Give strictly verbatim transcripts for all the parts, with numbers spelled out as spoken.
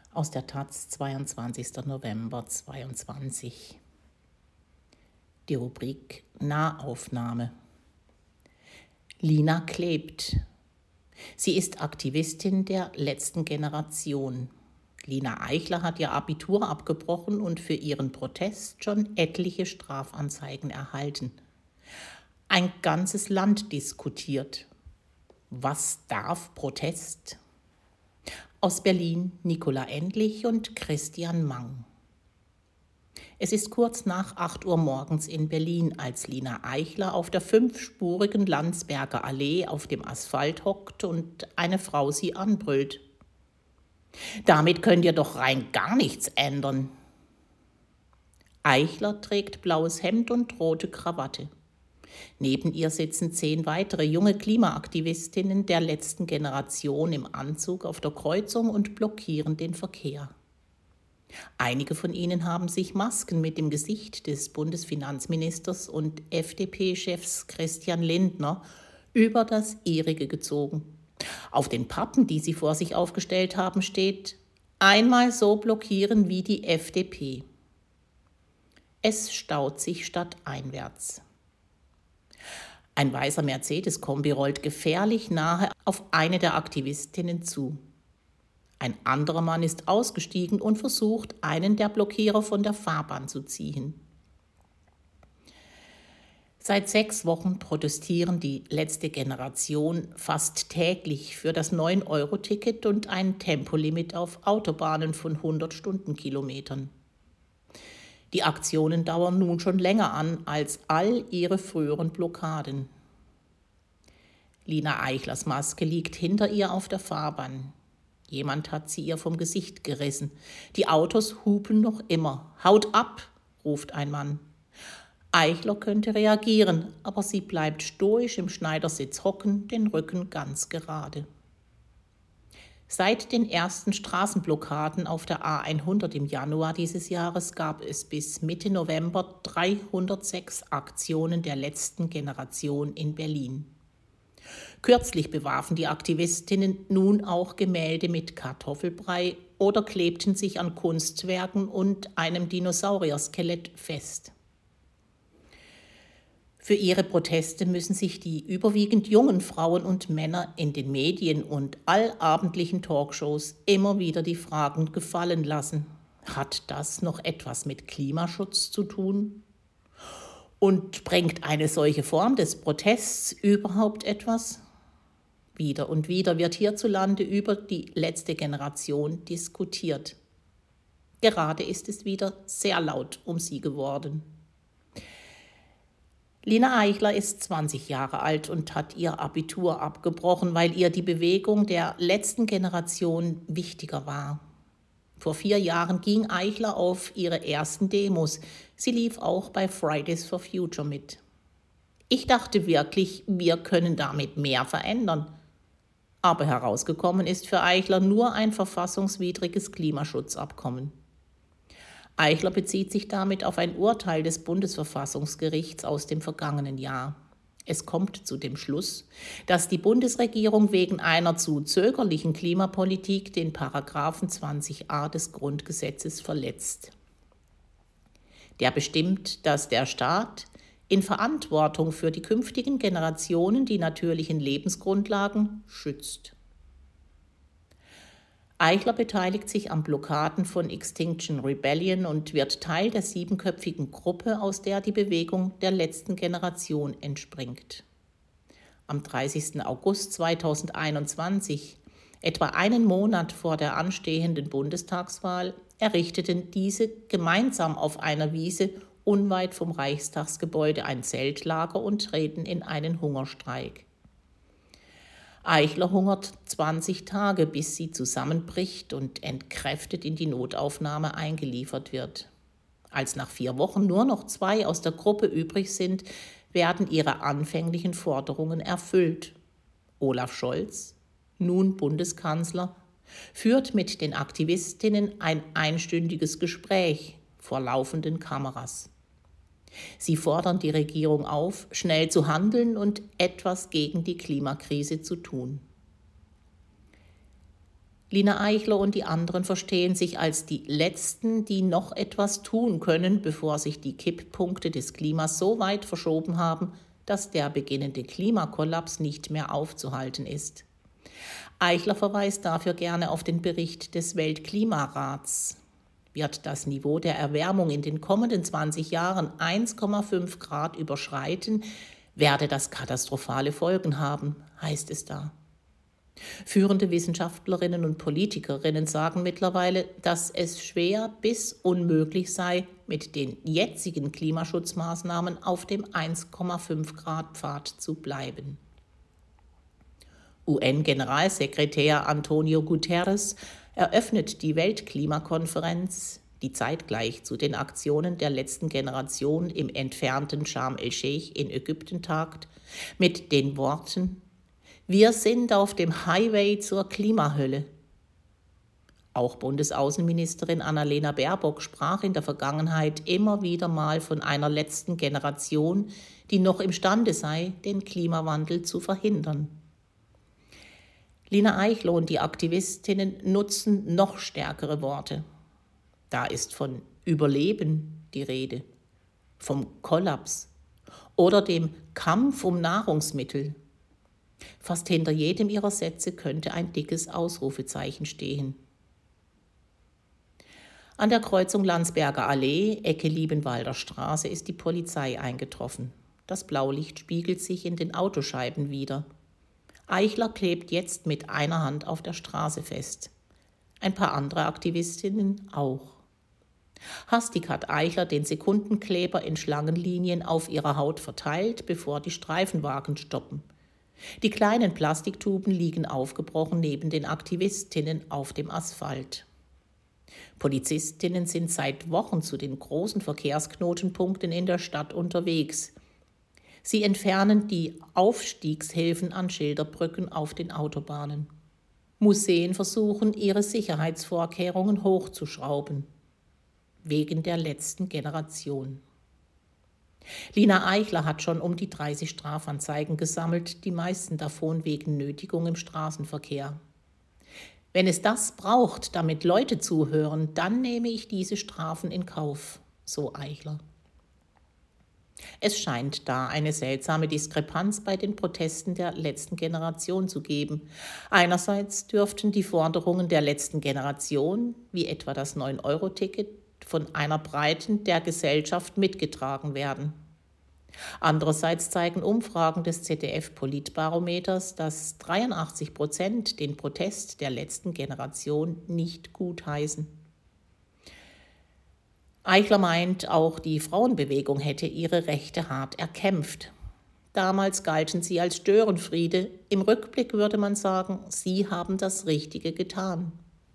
Aus der Taz, zweiundzwanzigster November zweiundzwanzig. Die Rubrik Nahaufnahme. Lina klebt. Sie ist Aktivistin der letzten Generation. Lina Eichler hat ihr Abitur abgebrochen und für ihren Protest schon etliche Strafanzeigen erhalten. Ein ganzes Land diskutiert. Was darf Protest? Aus Berlin Nicola Endlich und Christian Mang. Es ist kurz nach acht Uhr morgens in Berlin, als Lina Eichler auf der fünfspurigen Landsberger Allee auf dem Asphalt hockt und eine Frau sie anbrüllt. Damit könnt ihr doch rein gar nichts ändern. Eichler trägt blaues Hemd und rote Krawatte. Neben ihr sitzen zehn weitere junge Klimaaktivistinnen der letzten Generation im Anzug auf der Kreuzung und blockieren den Verkehr. Einige von ihnen haben sich Masken mit dem Gesicht des Bundesfinanzministers und F D P-Chefs Christian Lindner über das ihrige gezogen. Auf den Pappen, die sie vor sich aufgestellt haben, steht: Einmal so blockieren wie die F D P. Es staut sich stadteinwärts. Ein weißer Mercedes-Kombi rollt gefährlich nahe auf eine der Aktivistinnen zu. Ein anderer Mann ist ausgestiegen und versucht, einen der Blockierer von der Fahrbahn zu ziehen. Seit sechs Wochen protestieren die letzte Generation fast täglich für das neun Euro Ticket und ein Tempolimit auf Autobahnen von hundert Stundenkilometern. Die Aktionen dauern nun schon länger an als all ihre früheren Blockaden. Lina Eichlers Maske liegt hinter ihr auf der Fahrbahn. Jemand hat sie ihr vom Gesicht gerissen. Die Autos hupen noch immer. Haut ab, ruft ein Mann. Eichler könnte reagieren, aber sie bleibt stoisch im Schneidersitz hocken, den Rücken ganz gerade. Seit den ersten Straßenblockaden auf der A hundert im Januar dieses Jahres gab es bis Mitte November dreihundertsechs Aktionen der letzten Generation in Berlin. Kürzlich bewarfen die Aktivistinnen nun auch Gemälde mit Kartoffelbrei oder klebten sich an Kunstwerken und einem Dinosaurier-Skelett fest. Für ihre Proteste müssen sich die überwiegend jungen Frauen und Männer in den Medien und allabendlichen Talkshows immer wieder die Fragen gefallen lassen: Hat das noch etwas mit Klimaschutz zu tun? Und bringt eine solche Form des Protests überhaupt etwas? Wieder und wieder wird hierzulande über die letzte Generation diskutiert. Gerade ist es wieder sehr laut um sie geworden. Lina Eichler ist zwanzig Jahre alt und hat ihr Abitur abgebrochen, weil ihr die Bewegung der letzten Generation wichtiger war. Vor vier Jahren ging Eichler auf ihre ersten Demos. Sie lief auch bei Fridays for Future mit. Ich dachte wirklich, wir können damit mehr verändern. Aber herausgekommen ist für Eichler nur ein verfassungswidriges Klimaschutzabkommen. Eichler bezieht sich damit auf ein Urteil des Bundesverfassungsgerichts aus dem vergangenen Jahr. Es kommt zu dem Schluss, dass die Bundesregierung wegen einer zu zögerlichen Klimapolitik den Paragraphen zwanzig a des Grundgesetzes verletzt. Der bestimmt, dass der Staat in Verantwortung für die künftigen Generationen die natürlichen Lebensgrundlagen schützt. Eichler beteiligt sich am Blockaden von Extinction Rebellion und wird Teil der siebenköpfigen Gruppe, aus der die Bewegung der letzten Generation entspringt. Am dreißigsten August zweitausendeinundzwanzig, etwa einen Monat vor der anstehenden Bundestagswahl, errichteten diese gemeinsam auf einer Wiese unweit vom Reichstagsgebäude ein Zeltlager und treten in einen Hungerstreik. Eichler hungert zwanzig Tage, bis sie zusammenbricht und entkräftet in die Notaufnahme eingeliefert wird. Als nach vier Wochen nur noch zwei aus der Gruppe übrig sind, werden ihre anfänglichen Forderungen erfüllt. Olaf Scholz, nun Bundeskanzler, führt mit den Aktivistinnen ein einstündiges Gespräch vor laufenden Kameras. Sie fordern die Regierung auf, schnell zu handeln und etwas gegen die Klimakrise zu tun. Lina Eichler und die anderen verstehen sich als die Letzten, die noch etwas tun können, bevor sich die Kipppunkte des Klimas so weit verschoben haben, dass der beginnende Klimakollaps nicht mehr aufzuhalten ist. Eichler verweist dafür gerne auf den Bericht des Weltklimarats. Wird das Niveau der Erwärmung in den kommenden zwanzig Jahren eins Komma fünf Grad überschreiten, werde das katastrophale Folgen haben, heißt es da. Führende Wissenschaftlerinnen und Politikerinnen sagen mittlerweile, dass es schwer bis unmöglich sei, mit den jetzigen Klimaschutzmaßnahmen auf dem eins Komma fünf Grad Pfad zu bleiben. U N-Generalsekretär Antonio Guterres eröffnet die Weltklimakonferenz, die zeitgleich zu den Aktionen der letzten Generation im entfernten Scharm el-Scheich in Ägypten tagt, mit den Worten: Wir sind auf dem Highway zur Klimahölle. Auch Bundesaußenministerin Annalena Baerbock sprach in der Vergangenheit immer wieder mal von einer letzten Generation, die noch imstande sei, den Klimawandel zu verhindern. Lina Eichler und die Aktivistinnen nutzen noch stärkere Worte. Da ist von Überleben die Rede, vom Kollaps oder dem Kampf um Nahrungsmittel. Fast hinter jedem ihrer Sätze könnte ein dickes Ausrufezeichen stehen. An der Kreuzung Landsberger Allee, Ecke Liebenwalder Straße, ist die Polizei eingetroffen. Das Blaulicht spiegelt sich in den Autoscheiben wider. Eichler klebt jetzt mit einer Hand auf der Straße fest. Ein paar andere Aktivistinnen auch. Hastig hat Eichler den Sekundenkleber in Schlangenlinien auf ihrer Haut verteilt, bevor die Streifenwagen stoppen. Die kleinen Plastiktuben liegen aufgebrochen neben den Aktivistinnen auf dem Asphalt. Polizistinnen sind seit Wochen zu den großen Verkehrsknotenpunkten in der Stadt unterwegs. Sie entfernen die Aufstiegshilfen an Schilderbrücken auf den Autobahnen. Museen versuchen, ihre Sicherheitsvorkehrungen hochzuschrauben. Wegen der letzten Generation. Lina Eichler hat schon um die dreißig Strafanzeigen gesammelt, die meisten davon wegen Nötigung im Straßenverkehr. Wenn es das braucht, damit Leute zuhören, dann nehme ich diese Strafen in Kauf, so Eichler. Es scheint da eine seltsame Diskrepanz bei den Protesten der letzten Generation zu geben. Einerseits dürften die Forderungen der letzten Generation, wie etwa das neun Euro Ticket, von einer Breite der Gesellschaft mitgetragen werden. Andererseits zeigen Umfragen des Z D F-Politbarometers, dass dreiundachtzig Prozent den Protest der letzten Generation nicht gutheißen. Eichler meint, auch die Frauenbewegung hätte ihre Rechte hart erkämpft. Damals galten sie als Störenfriede. Im Rückblick würde man sagen, sie haben das Richtige getan.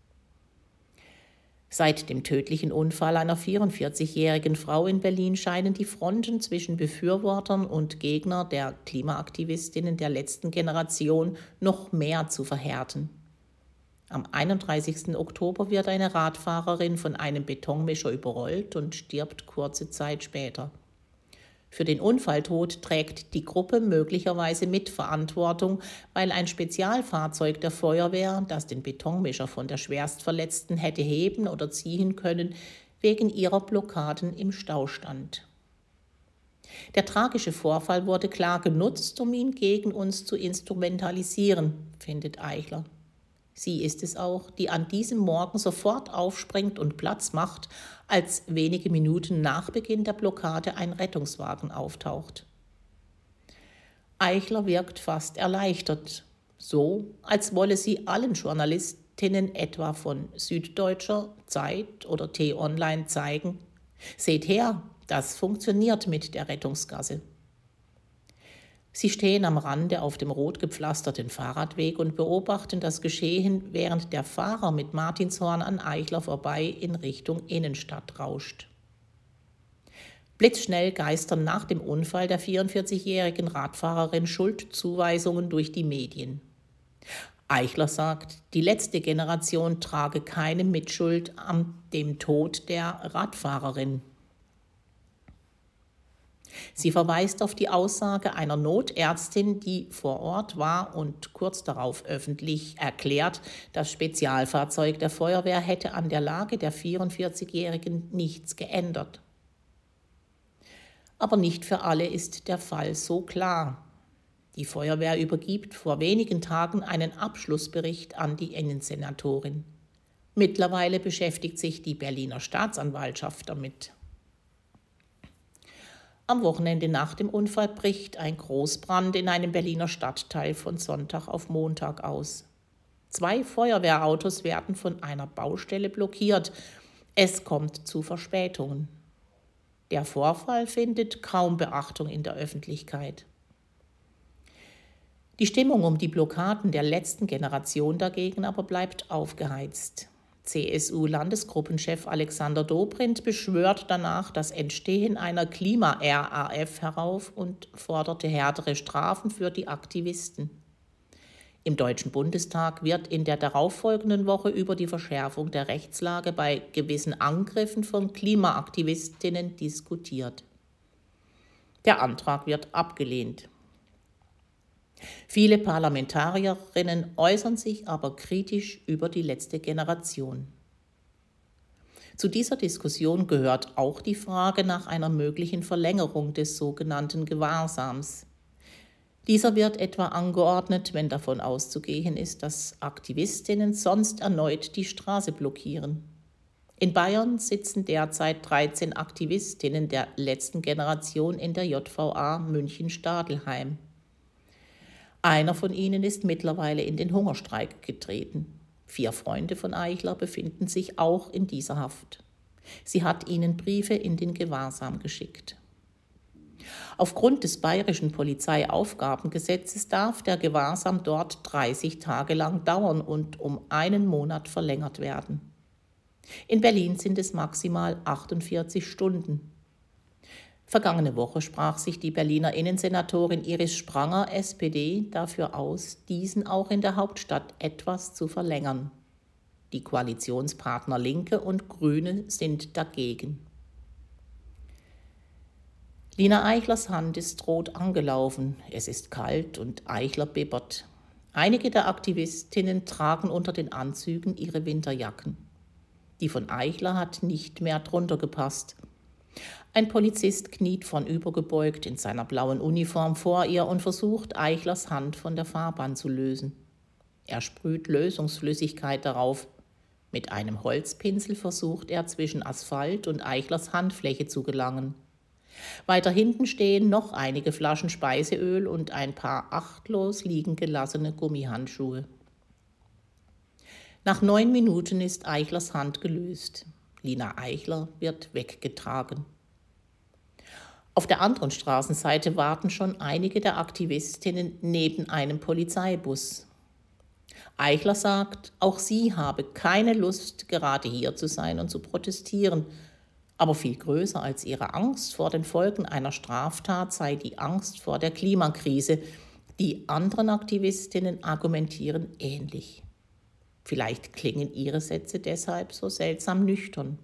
Seit dem tödlichen Unfall einer vierundvierzigjährigen Frau in Berlin scheinen die Fronten zwischen Befürwortern und Gegner der Klimaaktivistinnen der letzten Generation noch mehr zu verhärten. Am einunddreißigsten Oktober wird eine Radfahrerin von einem Betonmischer überrollt und stirbt kurze Zeit später. Für den Unfalltod trägt die Gruppe möglicherweise Mitverantwortung, weil ein Spezialfahrzeug der Feuerwehr, das den Betonmischer von der Schwerstverletzten hätte heben oder ziehen können, wegen ihrer Blockaden im Stau stand. Der tragische Vorfall wurde klar genutzt, um ihn gegen uns zu instrumentalisieren, findet Eichler. Sie ist es auch, die an diesem Morgen sofort aufspringt und Platz macht, als wenige Minuten nach Beginn der Blockade ein Rettungswagen auftaucht. Eichler wirkt fast erleichtert, so als wolle sie allen Journalistinnen etwa von Süddeutscher, Zeit oder T-Online zeigen: Seht her, das funktioniert mit der Rettungsgasse. Sie stehen am Rande auf dem rot gepflasterten Fahrradweg und beobachten das Geschehen, während der Fahrer mit Martinshorn an Eichler vorbei in Richtung Innenstadt rauscht. Blitzschnell geistern nach dem Unfall der vierundvierzigjährigen Radfahrerin Schuldzuweisungen durch die Medien. Eichler sagt, die letzte Generation trage keine Mitschuld an dem Tod der Radfahrerin. Sie verweist auf die Aussage einer Notärztin, die vor Ort war und kurz darauf öffentlich erklärt, das Spezialfahrzeug der Feuerwehr hätte an der Lage der vierundvierzigjährigen nichts geändert. Aber nicht für alle ist der Fall so klar. Die Feuerwehr übergibt vor wenigen Tagen einen Abschlussbericht an die Innensenatorin. Mittlerweile beschäftigt sich die Berliner Staatsanwaltschaft damit. Am Wochenende nach dem Unfall bricht ein Großbrand in einem Berliner Stadtteil von Sonntag auf Montag aus. Zwei Feuerwehrautos werden von einer Baustelle blockiert. Es kommt zu Verspätungen. Der Vorfall findet kaum Beachtung in der Öffentlichkeit. Die Stimmung um die Blockaden der letzten Generation dagegen aber bleibt aufgeheizt. C S U-Landesgruppenchef Alexander Dobrindt beschwört danach das Entstehen einer Klima-R A F herauf und forderte härtere Strafen für die Aktivisten. Im Deutschen Bundestag wird in der darauffolgenden Woche über die Verschärfung der Rechtslage bei gewissen Angriffen von Klimaaktivistinnen diskutiert. Der Antrag wird abgelehnt. Viele Parlamentarierinnen äußern sich aber kritisch über die letzte Generation. Zu dieser Diskussion gehört auch die Frage nach einer möglichen Verlängerung des sogenannten Gewahrsams. Dieser wird etwa angeordnet, wenn davon auszugehen ist, dass Aktivistinnen sonst erneut die Straße blockieren. In Bayern sitzen derzeit dreizehn Aktivistinnen der letzten Generation in der J V A München-Stadelheim. Einer von ihnen ist mittlerweile in den Hungerstreik getreten. Vier Freunde von Eichler befinden sich auch in dieser Haft. Sie hat ihnen Briefe in den Gewahrsam geschickt. Aufgrund des bayerischen Polizeiaufgabengesetzes darf der Gewahrsam dort dreißig Tage lang dauern und um einen Monat verlängert werden. In Berlin sind es maximal achtundvierzig Stunden. Vergangene Woche sprach sich die Berliner Innensenatorin Iris Spranger, S P D, dafür aus, diesen auch in der Hauptstadt etwas zu verlängern. Die Koalitionspartner Linke und Grüne sind dagegen. Lina Eichlers Hand ist rot angelaufen. Es ist kalt und Eichler bibbert. Einige der Aktivistinnen tragen unter den Anzügen ihre Winterjacken. Die von Eichler hat nicht mehr drunter gepasst. Ein Polizist kniet vornübergebeugt in seiner blauen Uniform vor ihr und versucht, Eichlers Hand von der Fahrbahn zu lösen. Er sprüht Lösungsflüssigkeit darauf. Mit einem Holzpinsel versucht er, zwischen Asphalt und Eichlers Handfläche zu gelangen. Weiter hinten stehen noch einige Flaschen Speiseöl und ein paar achtlos liegen gelassene Gummihandschuhe. Nach neun Minuten ist Eichlers Hand gelöst. Lina Eichler wird weggetragen. Auf der anderen Straßenseite warten schon einige der Aktivistinnen neben einem Polizeibus. Eichler sagt, auch sie habe keine Lust, gerade hier zu sein und zu protestieren. Aber viel größer als ihre Angst vor den Folgen einer Straftat sei die Angst vor der Klimakrise. Die anderen Aktivistinnen argumentieren ähnlich. Vielleicht klingen ihre Sätze deshalb so seltsam nüchtern.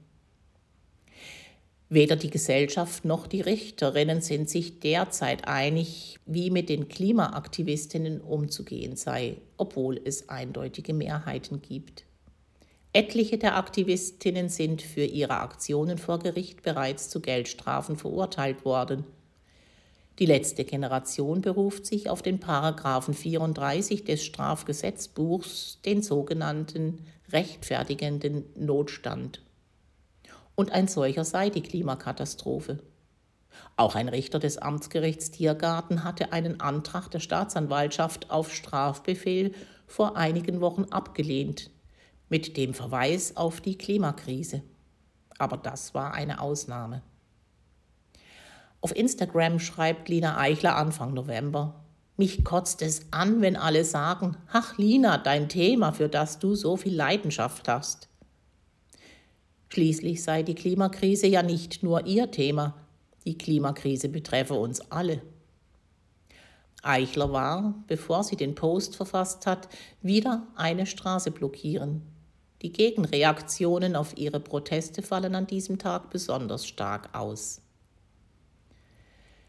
Weder die Gesellschaft noch die Richterinnen sind sich derzeit einig, wie mit den Klimaaktivistinnen umzugehen sei, obwohl es eindeutige Mehrheiten gibt. Etliche der Aktivistinnen sind für ihre Aktionen vor Gericht bereits zu Geldstrafen verurteilt worden. Die letzte Generation beruft sich auf den Paragraphen vierunddreißig des Strafgesetzbuchs, den sogenannten rechtfertigenden Notstand. Und ein solcher sei die Klimakatastrophe. Auch ein Richter des Amtsgerichts Tiergarten hatte einen Antrag der Staatsanwaltschaft auf Strafbefehl vor einigen Wochen abgelehnt, mit dem Verweis auf die Klimakrise. Aber das war eine Ausnahme. Auf Instagram schreibt Lina Eichler Anfang November: Mich kotzt es an, wenn alle sagen, ach Lina, dein Thema, für das du so viel Leidenschaft hast. Schließlich sei die Klimakrise ja nicht nur ihr Thema. Die Klimakrise betreffe uns alle. Eichler war, bevor sie den Post verfasst hat, wieder eine Straße blockieren. Die Gegenreaktionen auf ihre Proteste fallen an diesem Tag besonders stark aus.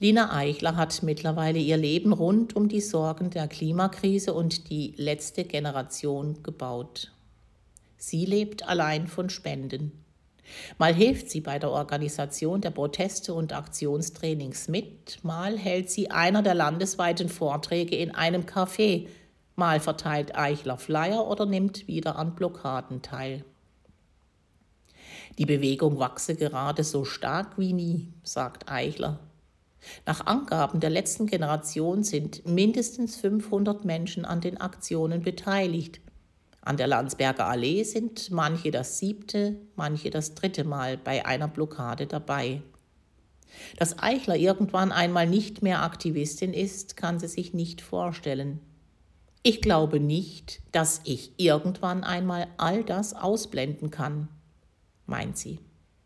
Lina Eichler hat mittlerweile ihr Leben rund um die Sorgen der Klimakrise und die letzte Generation gebaut. Sie lebt allein von Spenden. Mal hilft sie bei der Organisation der Proteste und Aktionstrainings mit, mal hält sie einer der landesweiten Vorträge in einem Café, mal verteilt Eichler Flyer oder nimmt wieder an Blockaden teil. Die Bewegung wachse gerade so stark wie nie, sagt Eichler. Nach Angaben der letzten Generation sind mindestens fünfhundert Menschen an den Aktionen beteiligt. An der Landsberger Allee sind manche das siebte, manche das dritte Mal bei einer Blockade dabei. Dass Eichler irgendwann einmal nicht mehr Aktivistin ist, kann sie sich nicht vorstellen. Ich glaube nicht, dass ich irgendwann einmal all das ausblenden kann, meint sie.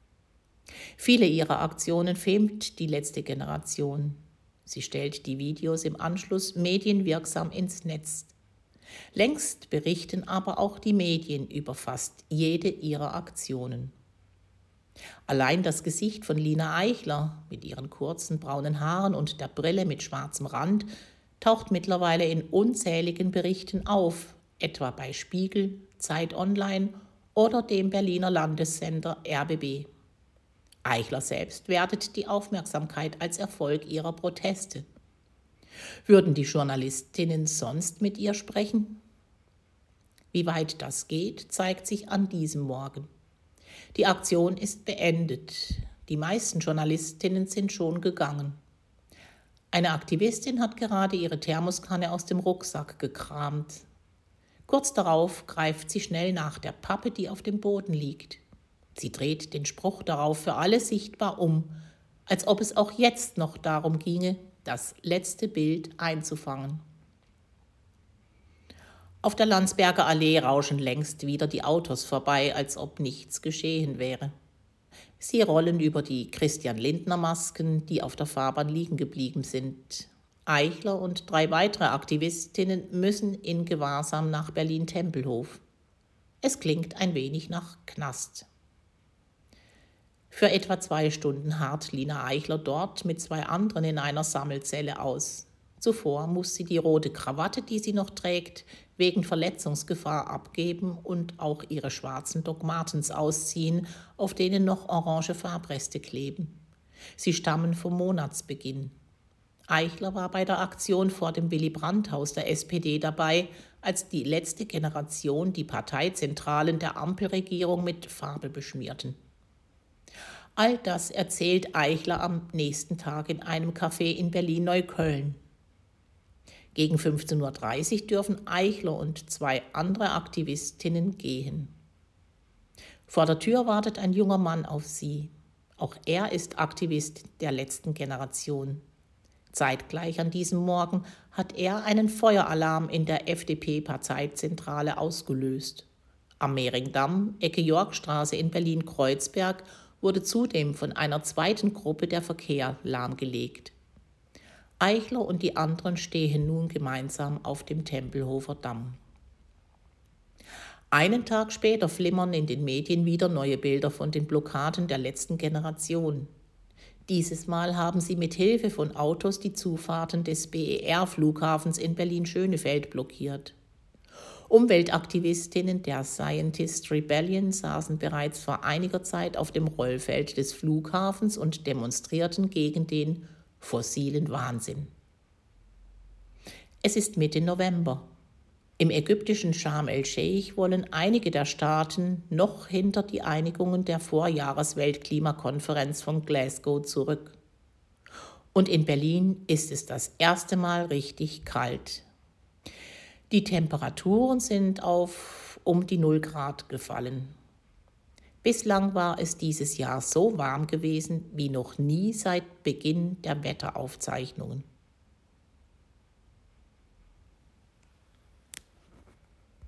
Viele ihrer Aktionen filmt die letzte Generation. Sie stellt die Videos im Anschluss medienwirksam ins Netz. Längst berichten aber auch die Medien über fast jede ihrer Aktionen. Allein das Gesicht von Lina Eichler mit ihren kurzen braunen Haaren und der Brille mit schwarzem Rand taucht mittlerweile in unzähligen Berichten auf, etwa bei Spiegel, Zeit Online oder dem Berliner Landessender R B B. Eichler selbst wertet die Aufmerksamkeit als Erfolg ihrer Proteste. Würden die Journalistinnen sonst mit ihr sprechen? Wie weit das geht, zeigt sich an diesem Morgen. Die Aktion ist beendet. Die meisten Journalistinnen sind schon gegangen. Eine Aktivistin hat gerade ihre Thermoskanne aus dem Rucksack gekramt. Kurz darauf greift sie schnell nach der Pappe, die auf dem Boden liegt. Sie dreht den Spruch darauf für alle sichtbar um, als ob es auch jetzt noch darum ginge, das letzte Bild einzufangen. Auf der Landsberger Allee rauschen längst wieder die Autos vorbei, als ob nichts geschehen wäre. Sie rollen über die Christian-Lindner-Masken, die auf der Fahrbahn liegen geblieben sind. Eichler und drei weitere Aktivistinnen müssen in Gewahrsam nach Berlin-Tempelhof. Es klingt ein wenig nach Knast. Für etwa zwei Stunden harrt Lina Eichler dort mit zwei anderen in einer Sammelzelle aus. Zuvor muss sie die rote Krawatte, die sie noch trägt, wegen Verletzungsgefahr abgeben und auch ihre schwarzen Doc Martens ausziehen, auf denen noch orange Farbreste kleben. Sie stammen vom Monatsbeginn. Eichler war bei der Aktion vor dem Willy-Brandt-Haus der S P D dabei, als die letzte Generation die Parteizentralen der Ampelregierung mit Farbe beschmierten. All das erzählt Eichler am nächsten Tag in einem Café in Berlin-Neukölln. Gegen fünfzehn Uhr dreißig dürfen Eichler und zwei andere Aktivistinnen gehen. Vor der Tür wartet ein junger Mann auf sie. Auch er ist Aktivist der letzten Generation. Zeitgleich an diesem Morgen hat er einen Feueralarm in der F D P-Parteizentrale ausgelöst. Am Mehringdamm, Ecke Yorkstraße in Berlin-Kreuzberg, wurde zudem von einer zweiten Gruppe der Verkehr lahmgelegt. Eichler und die anderen stehen nun gemeinsam auf dem Tempelhofer Damm. Einen Tag später flimmern in den Medien wieder neue Bilder von den Blockaden der letzten Generation. Dieses Mal haben sie mit Hilfe von Autos die Zufahrten des B E R-Flughafens in Berlin-Schönefeld blockiert. Umweltaktivistinnen der Scientist Rebellion saßen bereits vor einiger Zeit auf dem Rollfeld des Flughafens und demonstrierten gegen den fossilen Wahnsinn. Es ist Mitte November. Im ägyptischen Sharm el-Sheikh wollen einige der Staaten noch hinter die Einigungen der Vorjahresweltklimakonferenz von Glasgow zurück. Und in Berlin ist es das erste Mal richtig kalt. Die Temperaturen sind auf um die null Grad gefallen. Bislang war es dieses Jahr so warm gewesen wie noch nie seit Beginn der Wetteraufzeichnungen.